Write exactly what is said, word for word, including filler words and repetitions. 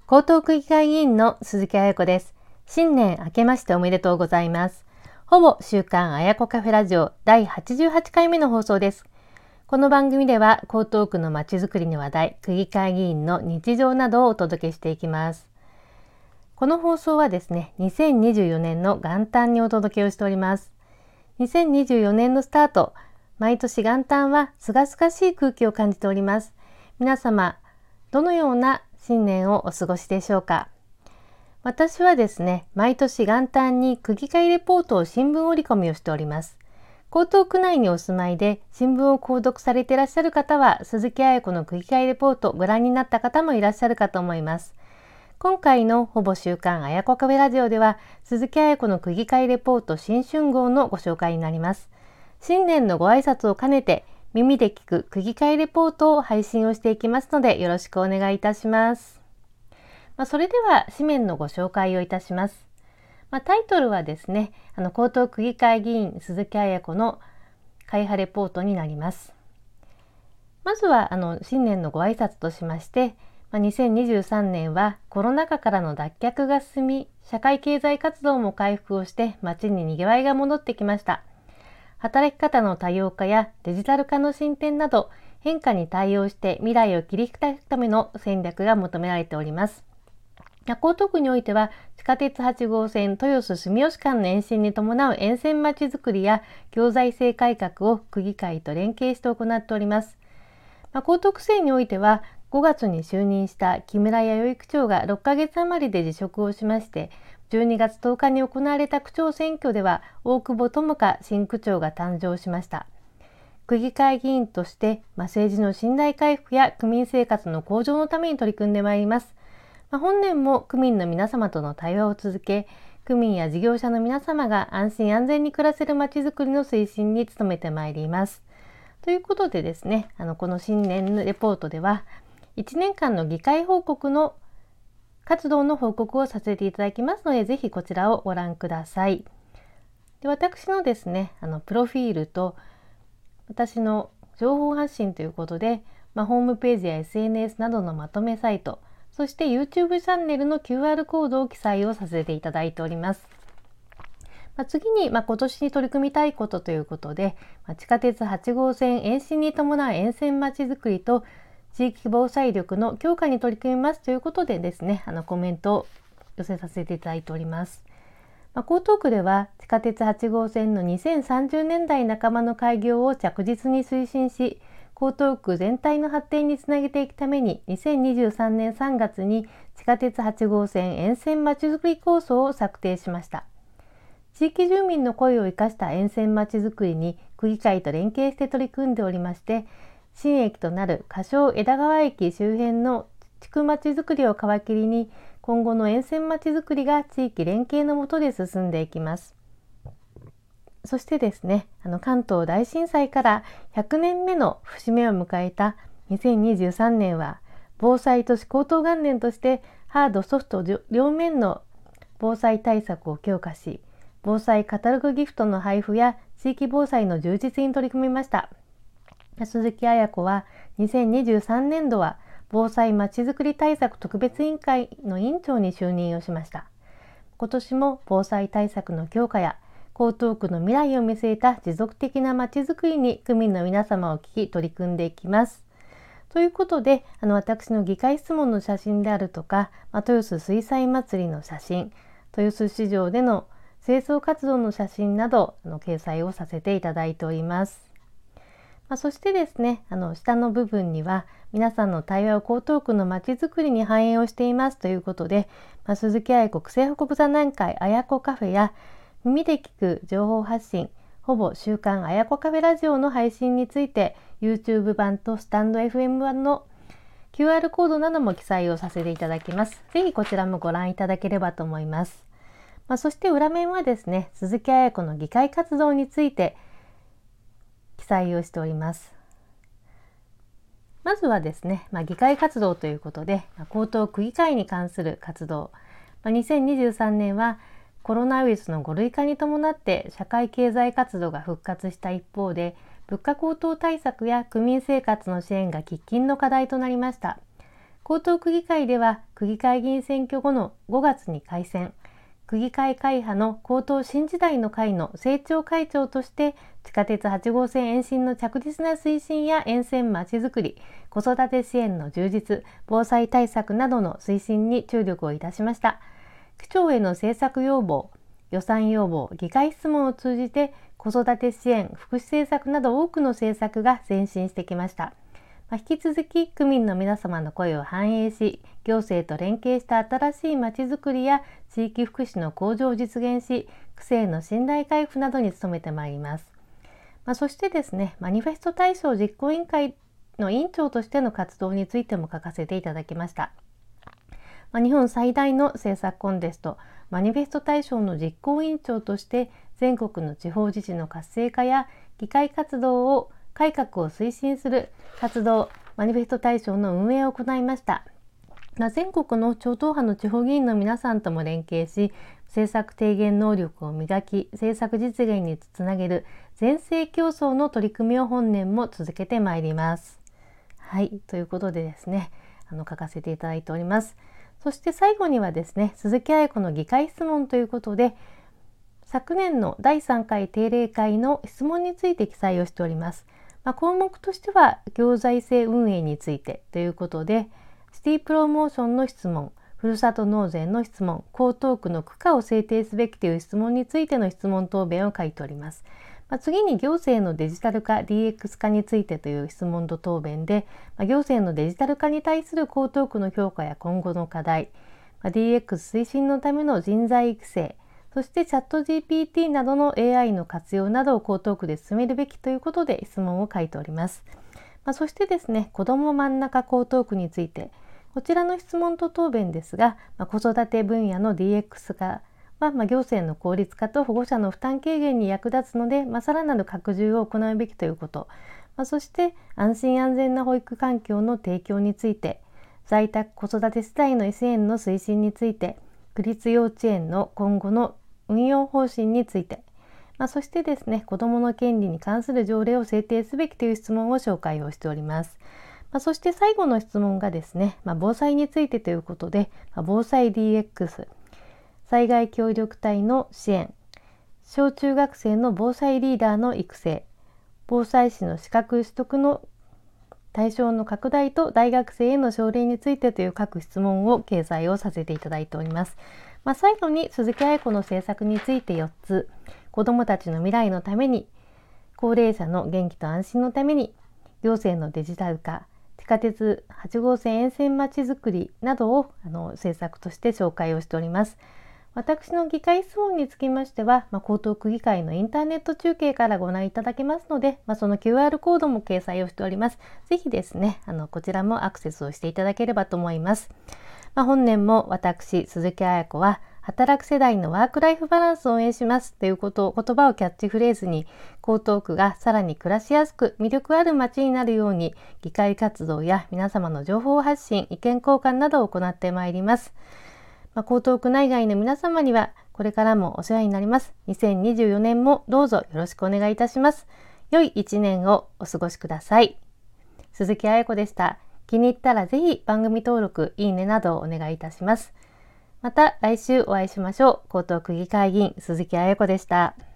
江東区議会議員の鈴木彩子です。新年明けましておめでとうございます。ほぼ週刊彩子カフェラジオだいはちじゅうはちかいめの放送です。この番組では江東区のまちづくりの話題、区議会議員の日常などをお届けしていきます。この放送はですね、にせんにじゅうよねんの元旦にお届けをしております。にせんにじゅうよねんのスタート、毎年元旦はすがすがしい空気を感じております。皆様、どのような新年をお過ごしでしょうか。私はですね、毎年元旦に区議会レポートを新聞折り込みをしております。江東区内にお住まいで新聞を購読されていらっしゃる方は、鈴木彩子の区議会レポートをご覧になった方もいらっしゃるかと思います。今回のほぼ週刊彩子カフェラジオでは、鈴木彩子の区議会レポート新春号のご紹介になります。新年のご挨拶を兼ねて、耳で聞く区議会レポートを配信をしていきますので、よろしくお願いいたします。まあ、それでは紙面のご紹介をいたします。まあ、タイトルはですね、あの江東区議会議員鈴木彩子の会派レポートになります。まずはあの新年のご挨拶としまして、まあ、にせんにじゅうさんねんはコロナ禍からの脱却が進み、社会経済活動も回復をして街ににぎわいが戻ってきました。働き方の多様化やデジタル化の進展など、変化に対応して未来を切り開くための戦略が求められております。江東区においては、地下鉄はちごうせん豊洲住吉間の延伸に伴う沿線まちづくりや行財政改革を区議会と連携して行っております。まあ、江東区政においては、ごがつに就任した木村弥生区長がろっかげつ余りで辞職をしまして、じゅうにがつとおかに行われた区長選挙では大久保智香新区長が誕生しました。区議会議員として、まあ、政治の信頼回復や区民生活の向上のために取り組んでまいります。まあ、本年も区民の皆様との対話を続け、区民や事業者の皆様が安心安全に暮らせるまちづくりの推進に努めてまいります。ということでですね、あのこの新年のレポートでは、いちねんかんの議会報告の活動の報告をさせていただきますので、ぜひこちらをご覧ください。で、私のですね、あのプロフィールと私の情報発信ということで、まあ、ホームページや エスエヌエス などのまとめサイト、そして YouTube チャンネルの キューアール コードを記載をさせていただいております。まあ、次に、まあ、今年に取り組みたいことということで、まあ、地下鉄はちごうせん延伸に伴う沿線まちづくりと地域防災力の強化に取り組みますということでですね、あのコメントを寄せさせていただいております。まあ、江東区では地下鉄はちごうせんのにせんさんじゅうねんだいなかばの開業を着実に推進し、江東区全体の発展につなげていくためににせんにじゅうさんねんさんがつに地下鉄はちごうせん沿線まちづくり構想を策定しました。地域住民の声を生かした沿線まちづくりに区議会と連携して取り組んでおりまして、新駅となる仮称枝川駅周辺の地区まちづくりを皮切りに、今後の沿線まちづくりが地域連携の下で進んでいきます。そしてですね、あの関東大震災からひゃくねんめの節目を迎えたにせんにじゅうさんねんは、防災都市高等元年としてハードソフト両面の防災対策を強化し、防災カタログギフトの配布や地域防災の充実に取り組みました。鈴木彩子はにせんにじゅうさんねんどは防災まちづくり対策特別委員会の委員長に就任をしました。今年も防災対策の強化や江東区の未来を見据えた持続的なまちづくりに区民の皆様を聞き取り組んでいきます。ということで、あの私の議会質問の写真であるとか、まあ、豊洲水災祭りの写真、豊洲市場での清掃活動の写真などの掲載をさせていただいております。まあ、そしてですね、あの下の部分には皆さんの対話を江東区のまちづくりに反映をしていますということで、まあ、鈴木愛子区政報告座談会あやこカフェや耳で聞く情報発信ほぼ週刊あやこカフェラジオの配信について YouTube 版とスタンド エフエム 版の キューアール コードなども記載をさせていただきます。ぜひこちらもご覧いただければと思います。まあ、そして裏面はですね、鈴木彩子の議会活動について記載をしております。まずはですね、まあ、議会活動ということで、まあ、江東区議会に関する活動、まあ、にせんにじゅうさんねんはコロナウイルスのご類化に伴って社会経済活動が復活した一方で、物価高騰対策や区民生活の支援が喫緊の課題となりました。 江東区議会では区議会議員選挙後のごがつに改選、区議会会派の江東新時代の会の政調会長として地下鉄はち号線延伸の着実な推進や沿線まちづくり、子育て支援の充実、防災対策などの推進に注力をいたしました。区長への政策要望、予算要望、議会質問を通じて子育て支援、福祉政策など多くの政策が前進してきました。まあ、引き続き区民の皆様の声を反映し、行政と連携した新しいまちづくりや地域福祉の向上を実現し、区政の信頼回復などに努めてまいります。まあ、そしてですね、マニフェスト大賞実行委員会の委員長としての活動についても書かせていただきました。まあ、日本最大の政策コンテスト、マニフェスト大賞の実行委員長として全国の地方自治の活性化や議会活動を改革を推進する活動、マニフェスト大賞の運営を行いました。まあ、全国の超党派の地方議員の皆さんとも連携し、政策提言能力を磨き、政策実現につなげる全政競争の取り組みを本年も続けてまいります。はい、ということでですね、あの書かせていただいております。そして最後にはですね、鈴木彩子の議会質問ということで、昨年のだいさんかい定例会の質問について記載をしております。まあ、項目としては行財政運営についてということで、シティプロモーションの質問、ふるさと納税の質問、江東区の区価を制定すべきという質問についての質問答弁を書いております。まあ、次に行政のデジタル化 ディーエックス 化についてという質問と答弁で、まあ、行政のデジタル化に対する江東区の評価や今後の課題、まあ、ディーエックス 推進のための人材育成、そしてチャット ジーピーティー などの エーアイ の活用などを江東区で進めるべきということで質問を書いております。まあ、そしてですね、子ども真ん中江東区について、こちらの質問と答弁ですが、まあ、子育て分野の ディーエックス 化は、まあ、行政の効率化と保護者の負担軽減に役立つので、まあ、さらなる拡充を行うべきということ、まあ、そして安心安全な保育環境の提供について、在宅子育て世帯の支援の推進について、区立幼稚園の今後の運用方針について、まあ、そしてですね、子どもの権利に関する条例を制定すべきという質問を紹介をしております。まあ、そして最後の質問がですね、まあ、防災についてということで、まあ、防災 ディーエックス、災害協力隊の支援、小中学生の防災リーダーの育成、防災士の資格取得の対象の拡大と大学生への奨励についてという各質問を掲載をさせていただいております。まあ、最後に鈴木彩子の政策についてよっつ、子どもたちの未来のために、高齢者の元気と安心のために、行政のデジタル化、地下鉄はち号線沿線まちづくりなどをあの政策として紹介をしております。私の議会質問につきましては、まあ、江東区議会のインターネット中継からご覧いただけますので、まあ、その キューアール コードも掲載をしております。ぜひですね、あのこちらもアクセスをしていただければと思います。まあ、本年も私、鈴木彩子は、働く世代のワークライフバランスを応援しますということを言葉をキャッチフレーズに、江東区がさらに暮らしやすく魅力ある街になるように、議会活動や皆様の情報発信、意見交換などを行ってまいります。まあ、江東区内外の皆様にはこれからもお世話になります。にせんにじゅうよねんもどうぞよろしくお願いいたします。良い一年をお過ごしください。鈴木彩子でした。気に入ったらぜひ番組登録、いいねなどをお願いいたします。また来週お会いしましょう。江東区議会議員鈴木彩子でした。